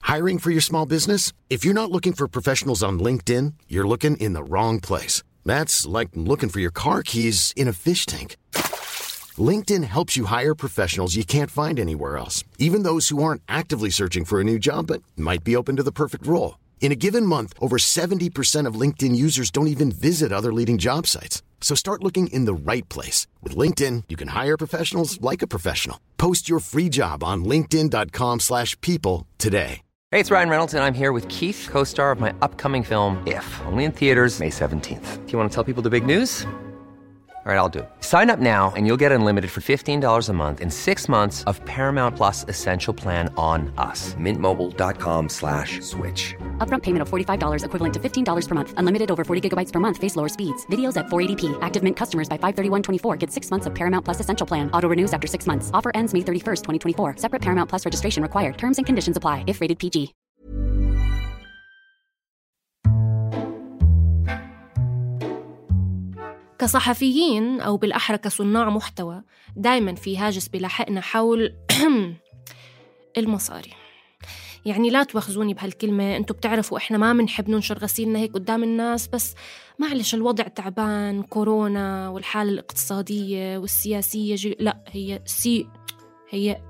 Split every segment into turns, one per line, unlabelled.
Hiring for your small business? If you're not looking for professionals on LinkedIn, you're looking in the wrong place. That's like looking for your car keys in a fish tank. LinkedIn helps you hire professionals you can't find anywhere else, even those who aren't actively searching for a new job but might be open to the perfect role. In a given month, over 70% of LinkedIn users don't even visit other leading job sites. So start looking in the right place. With LinkedIn, you can hire professionals like a professional. Post your free job on linkedin.com/people today.
Hey, it's Ryan Reynolds, and I'm here with Keith, co-star of my upcoming film, If, only in theaters May 17th. Do you want to tell people the big news? All right, I'll do it. Sign up now and you'll get unlimited for $15 a month and 6 months of Paramount Plus Essential Plan on us. MintMobile.com/switch.
Upfront payment of $45 equivalent to $15 per month. Unlimited over 40 gigabytes per month. Face lower speeds. Videos at 480p. Active Mint customers by 531.24 get 6 months of Paramount Plus Essential Plan. Auto renews after 6 months. Offer ends May 31st, 2024. Separate Paramount Plus registration required. Terms and conditions apply if rated PG.
كصحفيين أو بالأحرى كصناع محتوى دايماً في هاجس بلاحقنا حول المصاري. يعني لا تواخذوني بهالكلمة، أنتوا بتعرفوا إحنا ما منحب ننشر غسيلنا هيك قدام الناس، بس معلش الوضع تعبان، كورونا والحالة الاقتصادية والسياسية لا هي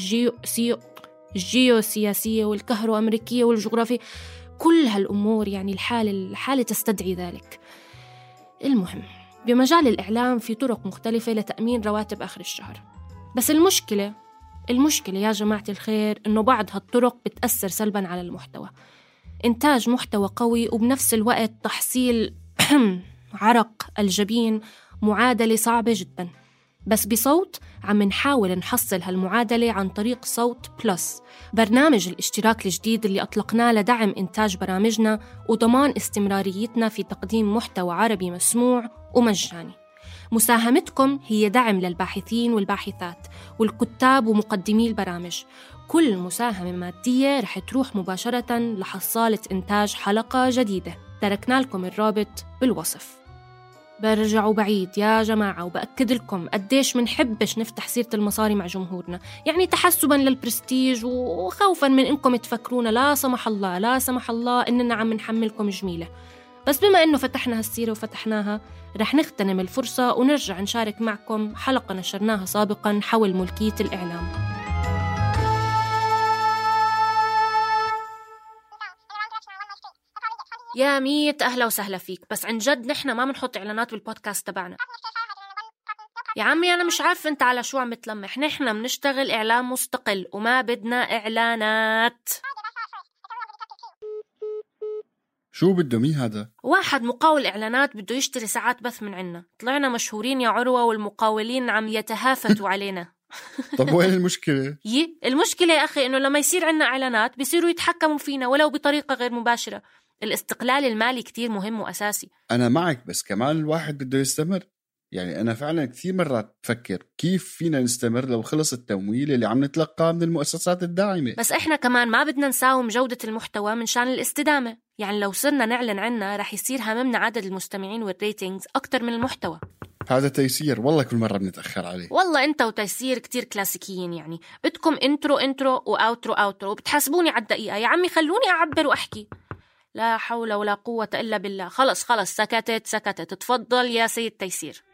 الجيوسياسية والكهرو أمريكية والجغرافية، كل هالأمور يعني الحالة تستدعي ذلك. المهم بمجال الإعلام في طرق مختلفة لتأمين رواتب آخر الشهر، بس المشكلة يا جماعة الخير إنه بعض هالطرق بتأثر سلباً على المحتوى. إنتاج محتوى قوي وبنفس الوقت تحصيل عرق الجبين معادلة صعبة جداً، بس بصوت عم نحاول نحصل هالمعادلة عن طريق صوت بلس، برنامج الاشتراك الجديد اللي أطلقناه لدعم إنتاج برامجنا وضمان استمراريتنا في تقديم محتوى عربي مسموع ومجاني. مساهمتكم هي دعم للباحثين والباحثات والكتاب ومقدمي البرامج. كل مساهمة مادية رح تروح مباشرة لحصالة إنتاج حلقة جديدة. تركنا لكم الرابط بالوصف. برجعوا بعيد يا جماعة وبأكد لكم قديش منحبش نفتح سيرة المصاري مع جمهورنا، يعني تحسباً للبرستيج وخوفاً من إنكم تفكرونا لا سمح الله إننا عم نحملكم جميلة. بس بما إنه فتحنا هالسيرة وفتحناها، رح نغتنم الفرصة ونرجع نشارك معكم حلقة نشرناها سابقاً حول ملكية الإعلام. يا ميت أهلا وسهلا فيك، بس عن جد نحن ما منحط إعلانات بالبودكاست تبعنا. يا عمي أنا مش عارف أنت على شو عم تلمح، نحن منشتغل إعلام مستقل وما بدنا إعلانات.
شو بده مين هذا؟
واحد مقاول إعلانات بده يشتري ساعات بث من عنا. طلعنا مشهورين يا عروة والمقاولين عم يتهافتوا علينا.
طب وين المشكلة؟
المشكلة يا أخي إنه لما يصير عنا إعلانات بيصيروا يتحكموا فينا ولو بطريقة غير مباشرة. الاستقلال المالي كتير مهم وأساسي.
أنا معك، بس كمان الواحد بده يستمر. يعني أنا فعلا كثير مرات بفكر كيف فينا نستمر لو خلص التمويل اللي عم نتلقاه من المؤسسات الداعمة.
بس إحنا كمان ما بدنا نساوم جودة المحتوى من شان الاستدامة. يعني لو صرنا نعلن عنا رح يصير هممنا عدد المستمعين والريتينجز أكتر من المحتوى.
هذا تيسير والله كل مرة بنتأخر عليه.
والله أنت وتيسير كتير كلاسيكيين، يعني بدكم انترو وأوترو وبتحاسبوني على الدقيقة. يا عمي خلوني أعبر وأحكي. لا حول ولا قوة إلا بالله. خلص سكتت. تفضل يا سيد تيسير.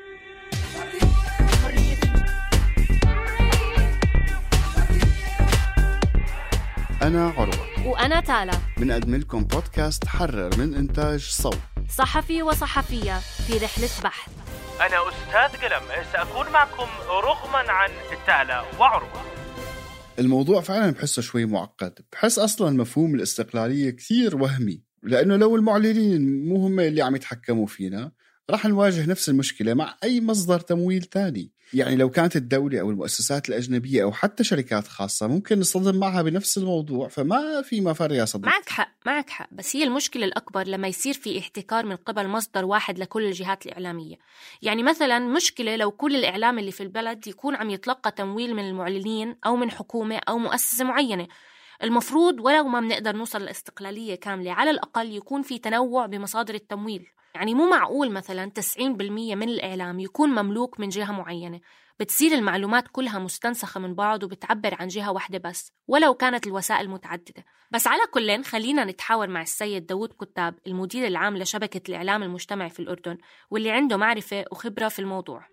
أنا عروة
وأنا تالا،
بنقدم لكم بودكاست حرر من إنتاج صوت،
صحفي وصحفية في رحلة بحث.
أنا أستاذ قلم، سأكون معكم رغما عن تالا وعروة.
الموضوع فعلا بحسه شوي معقد. بحس أصلا مفهوم الاستقلالية كثير وهمي، لأنه لو المعلنين مو هم اللي عم يتحكموا فينا راح نواجه نفس المشكلة مع أي مصدر تمويل تاني. يعني لو كانت الدولة أو المؤسسات الأجنبية أو حتى شركات خاصة ممكن نصطدم معها بنفس الموضوع، فما في مفر يا صديقي.
معك حق، بس هي المشكلة الأكبر لما يصير في احتكار من قبل مصدر واحد لكل الجهات الإعلامية. يعني مثلا مشكلة لو كل الإعلام اللي في البلد يكون عم يتلقى تمويل من المعلنين أو من حكومة أو مؤسسة معينة. المفروض ولو ما بنقدر نوصل لاستقلالية كاملة على الأقل يكون في تنوع بمصادر التمويل. يعني مو معقول مثلا 90% من الإعلام يكون مملوك من جهة معينة. بتصير المعلومات كلها مستنسخة من بعض وبتعبر عن جهة واحدة بس، ولو كانت الوسائل متعددة. بس على كلين خلينا نتحاور مع السيد داود كتاب، المدير العام لشبكة الإعلام المجتمعي في الأردن، واللي عنده معرفة وخبرة في الموضوع.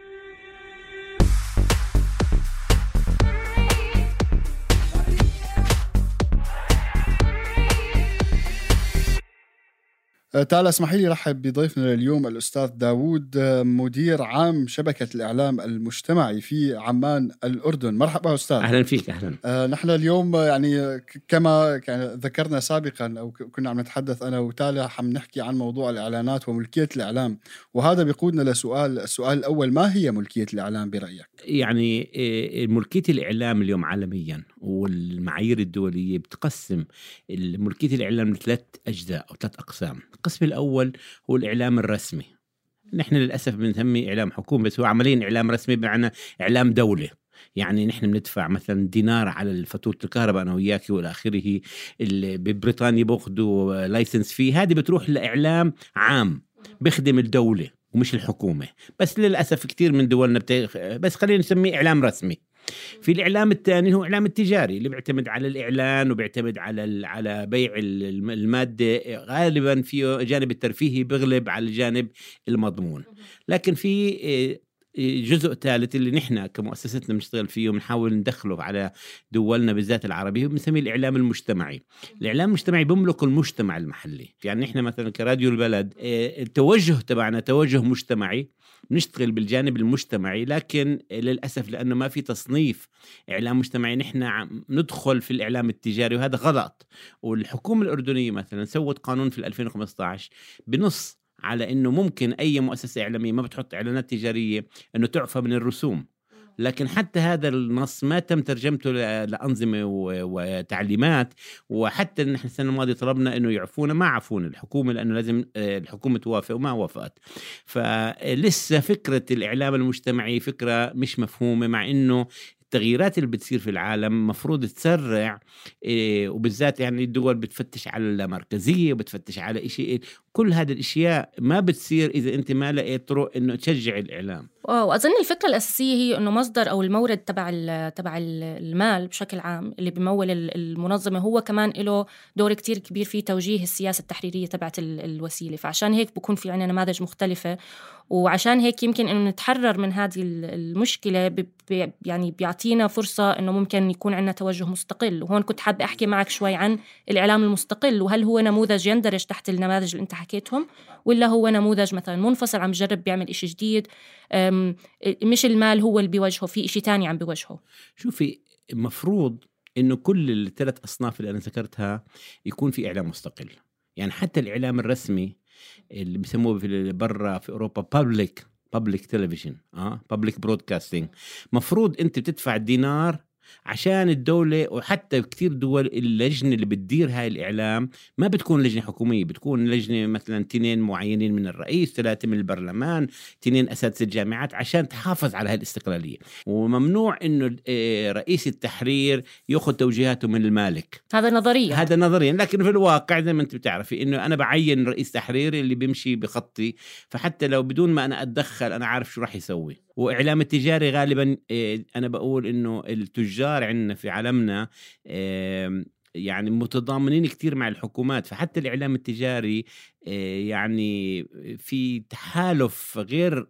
تعال اسمحي لي رحب بضيفنا اليوم الأستاذ داود، مدير عام شبكة الإعلام المجتمعي في عمان الأردن. مرحبا أستاذ.
أهلا فيك. أهلا.
نحن اليوم يعني كما ذكرنا سابقا أو كنا عم نتحدث أنا وتالا عم نحكي عن موضوع الإعلانات وملكية الإعلام، وهذا بيقودنا السؤال الأول: ما هي ملكية الإعلام برأيك؟
يعني ملكية الإعلام اليوم عالميا والمعايير الدولية بتقسم ملكية الإعلام لثلاث أجزاء أو ثلاث أقسام. القسم الأول هو الإعلام الرسمي. نحن للأسف بنسميه إعلام حكومي، بس هو عمليا إعلام رسمي بمعنى إعلام دولة. يعني نحن بندفع مثلا دينار على فاتورة الكهرباء أنا وياك والى آخره. ببريطانيا بأخذوا لايسنس فيه، هذه بتروح لإعلام عام بيخدم الدولة ومش الحكومة. بس للأسف كتير من دولنا بس خلينا نسميه إعلام رسمي. في الإعلام الثاني هو إعلام التجاري اللي بيعتمد على الإعلان وبيعتمد على بيع المادة، غالبا فيه جانب الترفيهي بيغلب على الجانب المضمون. لكن في جزء ثالث اللي نحن كمؤسستنا بنشتغل فيه وبنحاول ندخله على دولنا بالذات العربية، بنسميه الإعلام المجتمعي. الإعلام المجتمعي بيملك المجتمع المحلي. يعني نحن مثلا كراديو البلد التوجه تبعنا توجه مجتمعي، نشتغل بالجانب المجتمعي، لكن للأسف لأنه ما في تصنيف إعلام مجتمعي نحن ندخل في الإعلام التجاري، وهذا غلط. والحكومة الأردنية مثلا سوت قانون في 2015 بنص على إنه ممكن أي مؤسسة إعلامية ما بتحط إعلانات تجارية إنه تعفى من الرسوم. لكن حتى هذا النص ما تم ترجمته لأنظمة وتعليمات، وحتى نحن السنة الماضية طلبنا إنه يعفونا، ما عفونا الحكومة لأنه لازم الحكومة توافق وما وافقت. فلسه فكرة الإعلام المجتمعي فكرة مش مفهومة، مع إنه التغييرات اللي بتصير في العالم مفروض تسرع، وبالذات يعني الدول بتفتش على المركزية وبتفتش على إشي. كل هذه الاشياء ما بتصير اذا انت ما لقيت طرق انه تشجع الاعلام.
واظن الفكره الاساسيه هي انه مصدر او المورد تبع المال بشكل عام اللي بيمول المنظمه هو كمان له دور كتير كبير في توجيه السياسه التحريريه تبعت الوسيله. فعشان هيك بكون في عنا نماذج مختلفه، وعشان هيك يمكن انه نتحرر من هذه المشكله يعني بيعطينا فرصه انه ممكن يكون عنا توجه مستقل. وهون كنت حابه احكي معك شوي عن الاعلام المستقل، وهل هو نموذج يندرج تحت النماذج اللي انت حكيتهم، ولا هو نموذج مثلا منفصل عم جرب بيعمل إشي جديد، مش المال هو اللي بيوجهه، في إشي تاني عم بيوجهه.
شوفي، مفروض إنه كل الثلاث أصناف اللي أنا ذكرتها يكون في إعلام مستقل. يعني حتى الإعلام الرسمي اللي بيسموه برا في أوروبا public television public broadcasting، مفروض أنت بتدفع دينار عشان الدولة. وحتى كتير دول اللجنة اللي بتدير هاي الإعلام ما بتكون لجنة حكومية، بتكون لجنة مثلا 2 معينين من الرئيس، 3 من البرلمان، 2 أساتذة الجامعات، عشان تحافظ على هاي الاستقلالية. وممنوع إنه رئيس التحرير يأخذ توجيهاته من المالك.
هذا نظريا، لكن
في الواقع زي ما أنت بتعرفي إنه أنا بعين رئيس تحرير اللي بيمشي بخطي، فحتى لو بدون ما أنا أتدخل أنا عارف شو راح يسوي. وإعلام التجاري غالبا أنا بقول إنه التجار عندنا في عالمنا يعني متضامنين كتير مع الحكومات، فحتى الإعلام التجاري يعني في تحالف غير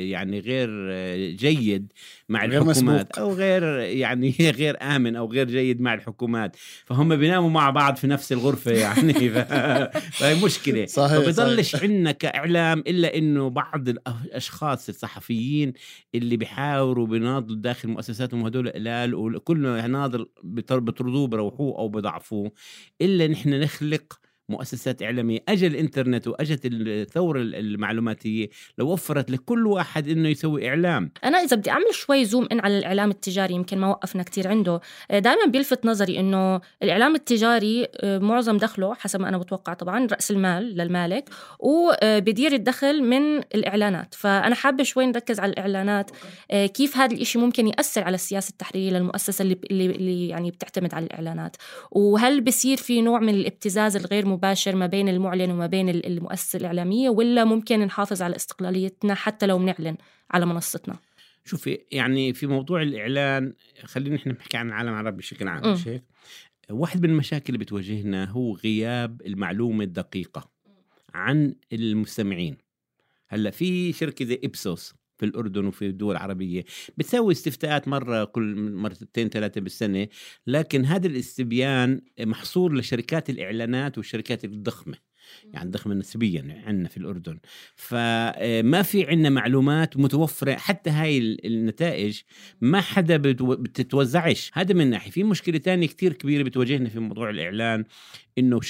جيد مع الحكومات، أو غير آمن أو غير جيد مع الحكومات. فهم بيناموا مع بعض في نفس الغرفة يعني فهي مشكلة. فبيضلش عندنا كإعلام إلا إنه بعض الأشخاص الصحفيين اللي بيحاولوا بيناضلوا داخل مؤسساتهم، هدول قلال، وكل ناضل بترضوه بروحوه أو بضعفوه. إلا نحن نخلق مؤسسات إعلامية. أجل الإنترنت وأجت الثورة المعلوماتية لو وفرت لكل واحد إنه يسوي إعلام.
أنا إذا بدي أعمل شوي زوم إن على الإعلام التجاري، يمكن ما وقفنا كتير عنده، دائما بيلفت نظري إنه الإعلام التجاري معظم دخله حسب ما أنا بتوقع طبعا رأس المال للمالك، وبدير الدخل من الإعلانات. فأنا حابة شوي نركز على الإعلانات، كيف هذا الإشي ممكن يأثر على السياسة التحريرية للمؤسسة اللي يعني بتعتمد على الإعلانات، وهل بيصير في نوع من الابتزاز الغير مباشر ما بين المعلن وما بين المؤسسة الإعلامية، ولا ممكن نحافظ على استقلاليتنا حتى لو بنعلن على منصتنا؟
شوفي يعني في موضوع الإعلان، خلينا نحن نحكي عن العالم العربي بشكل عام. شيء واحد من المشاكل اللي بتواجهنا هو غياب المعلومة الدقيقة عن المستمعين. هلا في شركة زي إبسوس في الأردن وفي الدول العربية بتسوي استفتاءات كل مرتين 3 بالسنة، لكن هذا الاستبيان محصور لشركات الإعلانات والشركات الضخمة، يعني ضخمة نسبيا عندنا في الأردن. فما في عندنا معلومات متوفرة، حتى هاي النتائج ما حدا بتتوزعش. هذا من ناحية. في مشكلة تانية كتير كبيرة بتواجهنا في موضوع الإعلان، إنه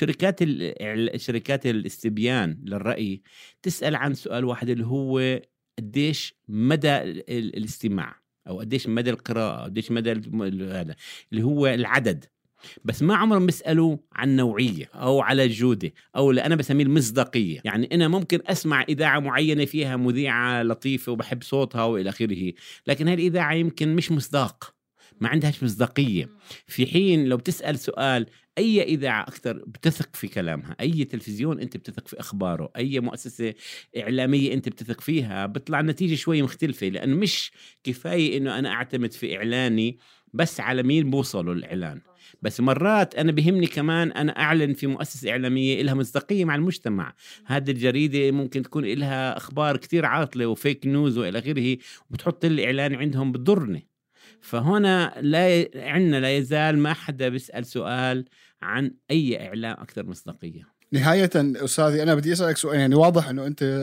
شركات الاستبيان للرأي تسأل عن سؤال واحد اللي هو قديش مدى الاستماع، أو قديش مدى القراءة، قديش مدى هذا اللي هو العدد، بس ما عمرهم بيسألوا عن نوعية أو على الجودة، أو اللي أنا بسميه المصداقية. يعني أنا ممكن أسمع إذاعة معينة فيها مذيعة لطيفة وبحب صوتها وإلى آخره، لكن هذه الإذاعة يمكن مش مصداق، ما عندهاش مصداقية. في حين لو بتسأل سؤال أي إذاعة أكثر بتثق في كلامها، أي تلفزيون أنت بتثق في أخباره، أي مؤسسة إعلامية أنت بتثق فيها، بطلع النتيجة شوية مختلفة. لأنه مش كفاية إنه أنا أعتمد في إعلاني بس على مين بوصلوا الإعلان، بس مرات أنا بهمني كمان أنا أعلن في مؤسسة إعلامية إلها مصداقية مع المجتمع. هذه الجريدة ممكن تكون إلها أخبار كتير عاطلة وفيك نيوز وإلى آخره، وبتحط الإعلان عندهم بتضرني. فهنا لا يزال ما حدا بيسأل سؤال عن أي إعلام أكثر مصداقية.
نهاية أستاذي أنا بدي أسألك سؤال، يعني واضح أنه أنت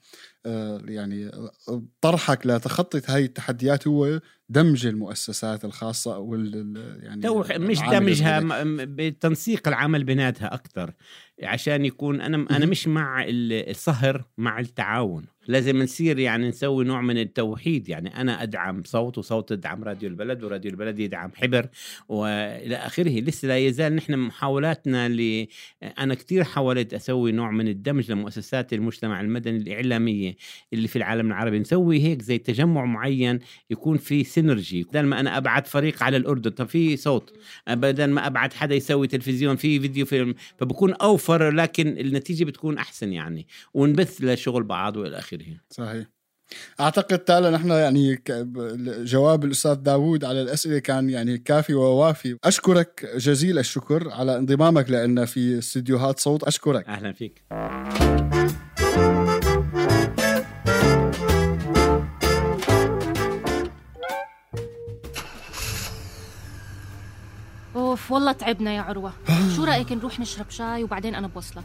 يعني طرحك لتخطي هاي التحديات هو دمج المؤسسات الخاصة يعني
مش دمجها، بتنسيق العمل بيناتها أكتر، عشان يكون أنا مش مع الصهر، مع التعاون. لازم نصير يعني نسوي نوع من التوحيد، يعني أنا أدعم صوت وصوت يدعم راديو البلد وراديو البلد يدعم حبر وإلى آخره. لسه لا يزال نحن محاولاتنا أنا كتير حاولت أسوي نوع من الدمج لمؤسسات المجتمع المدني الإعلامية اللي في العالم العربي، نسوي هيك زي تجمع معين يكون في سينرجي. بدل ما أنا أبعت فريق على الأردن طب في صوت، بدل ما أبعت حدا يسوي تلفزيون في فيديو فيلم، فبكون أوفر لكن النتيجة بتكون أحسن يعني، ونبث لشغل بعض وإلى آخره.
صحيح. أعتقد تالا نحن يعني جواب الأستاذ داوود على الأسئلة كان يعني كافي ووافي. أشكرك جزيل الشكر على انضمامك لنا في استديوهات صوت. أشكرك.
أهلا فيك.
أوف والله تعبنا يا عروة. شو رأيك نروح نشرب شاي وبعدين أنا بوصلك؟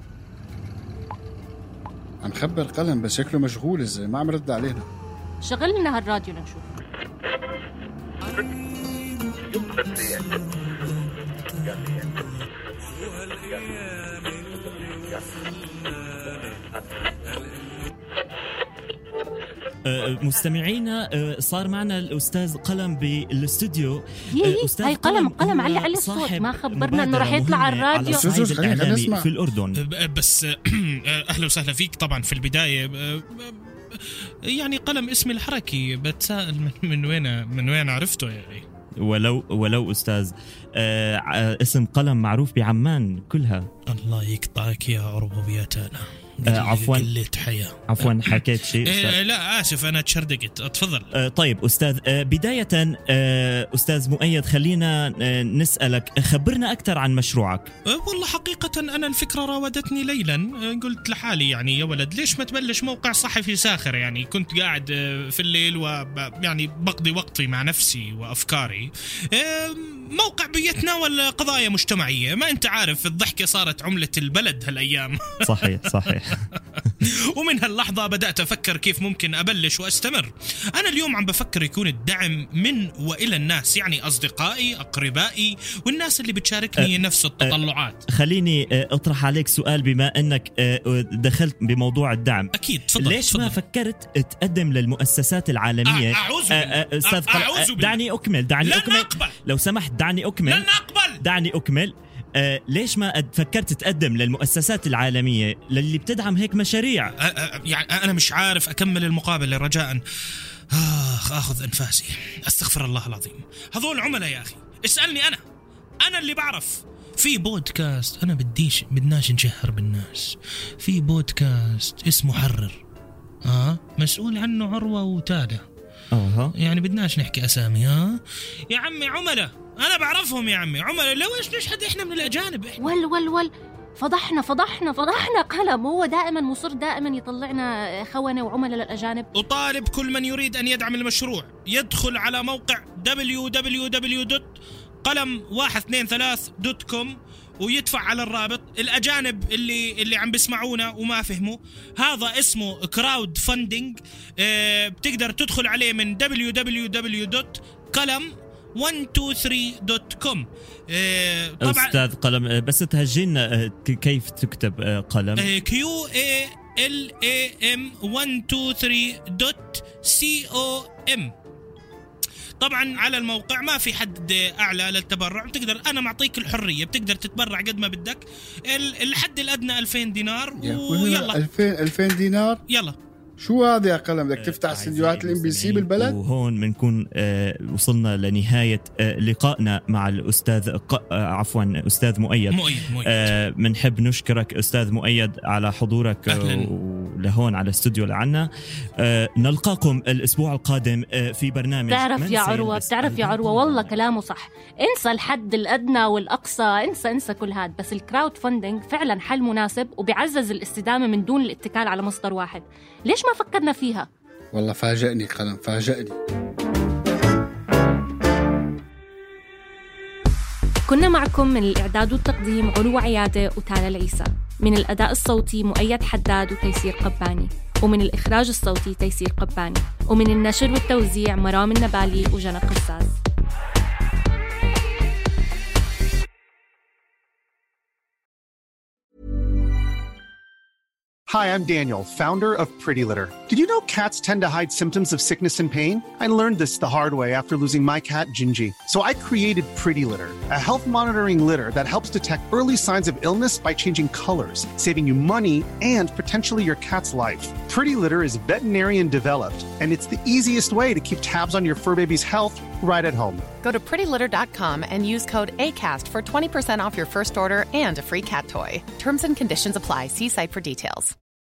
عم خبر قلم بس شكله مشغول ازاي ما عم رد علينا.
شغل لنا هالراديو لنشوف.
مستمعينا صار معنا الأستاذ قلم بالاستوديو.
هاي قلم علي الصوت، ما خبرنا انه راح يطلع على الراديو.
خلينا نسمع
في الأردن.
بس أهلا وسهلا فيك. طبعا في البداية يعني قلم اسمي الحركي، بتساءل من وين عرفته يعني.
ولو أستاذ اسم قلم معروف بعمان كلها.
الله يقطعك يا عروبة يا تالا.
عفوا حكيت شيء.
لا آسف أنا تشردقت. أتفضل.
طيب أستاذ، بداية أستاذ مؤيد خلينا نسألك، خبرنا أكثر عن مشروعك.
والله حقيقة أنا الفكرة راودتني ليلا، قلت لحالي يعني يا ولد ليش ما تبلش موقع صحفي ساخر. يعني كنت قاعد في الليل ويعني بقضي وقتي مع نفسي وأفكاري، موقع بيتناول قضايا مجتمعية. ما أنت عارف الضحكة صارت عملة البلد هالأيام.
صحيح.
ومن هاللحظة بدأت أفكر كيف ممكن أبلش وأستمر. أنا اليوم عم بفكر يكون الدعم من وإلى الناس، يعني أصدقائي أقربائي والناس اللي بتشاركني نفس التطلعات.
خليني أطرح عليك سؤال بما أنك دخلت بموضوع الدعم.
أكيد تفضل.
ليش ما فكرت تقدم للمؤسسات العالمية؟ أستاذ دعني أكمل. لو سمحت دعني أكمل.
لن أقبل.
دعني أكمل. ليش ما فكرت تقدم للمؤسسات العالمية للي بتدعم هيك مشاريع؟
يعني أنا مش عارف أكمل المقابلة رجاء. أخذ أنفاسي. أستغفر الله العظيم. هذول عملاء يا أخي. اسألني أنا اللي بعرف. في بودكاست أنا بدناش نجهر بالناس. في بودكاست اسمه حرر، مسؤول عنه عروة وتالا. يعني بدناش نحكي أسامي. ها يا عمي عملاء أنا بعرفهم يا عمي عملاء، لو إيش نشهد إحنا من الأجانب إحنا.
ول فضحنا قلم. هو دائما مصر دائما يطلعنا خونة وعملاء للأجانب.
أطالب كل من يريد أن يدعم المشروع يدخل على موقع www.qalam123.com ويدفع على الرابط. الأجانب اللي عم بيسمعونا وما فهموا، هذا اسمه كراود فاندينج. بتقدر تدخل عليه من www.qalam123.com.
طبعا أستاذ قلم، بس تهجينا كيف تكتب قلم؟
QALAM123.com. طبعا على الموقع ما في حد أعلى للتبرع، بتقدر أنا معطيك الحرية، بتقدر تتبرع قد ما بدك. الحد الأدنى 2000 دينار ويلا
2000 دينار
يلا.
شو هذا يا قلم؟ بدك تفتح استديوهات الMBC بالبلد؟
وهون بنكون وصلنا لنهاية لقائنا مع الأستاذ أستاذ مؤيد. بنحب نشكرك أستاذ مؤيد على حضورك لهون على الاستوديو لعنا. نلقاكم الأسبوع القادم في برنامج.
بتعرف يا عروة والله كلامه صح. انسى الحد الأدنى والأقصى، انسى كل هاد. بس الكراود فاندينج فعلا حل مناسب وبيعزز الاستدامة من دون الاتكال على مصدر واحد. ليش ما فكرنا فيها؟
والله فاجأني قلم، فاجأني.
كنا معكم من الإعداد والتقديم علو عيادة وتالا العيسى، من الأداء الصوتي مؤيد حداد وتيسير قباني، ومن الإخراج الصوتي تيسير قباني، ومن النشر والتوزيع مرام النبالي وجنى قزاز.
Hi, I'm Daniel, founder of Pretty Litter. Did you know cats tend to hide symptoms of sickness and pain? I learned this the hard way after losing my cat, Gingy. So I created Pretty Litter, a health monitoring litter that helps detect early signs of illness by changing colors, saving you money and potentially your cat's life. Pretty Litter is veterinarian developed, and it's the easiest way to keep tabs on your fur baby's health right at home.
Go to prettylitter.com and use code ACAST for 20% off your first order and a free cat toy. Terms and conditions apply. See site for details.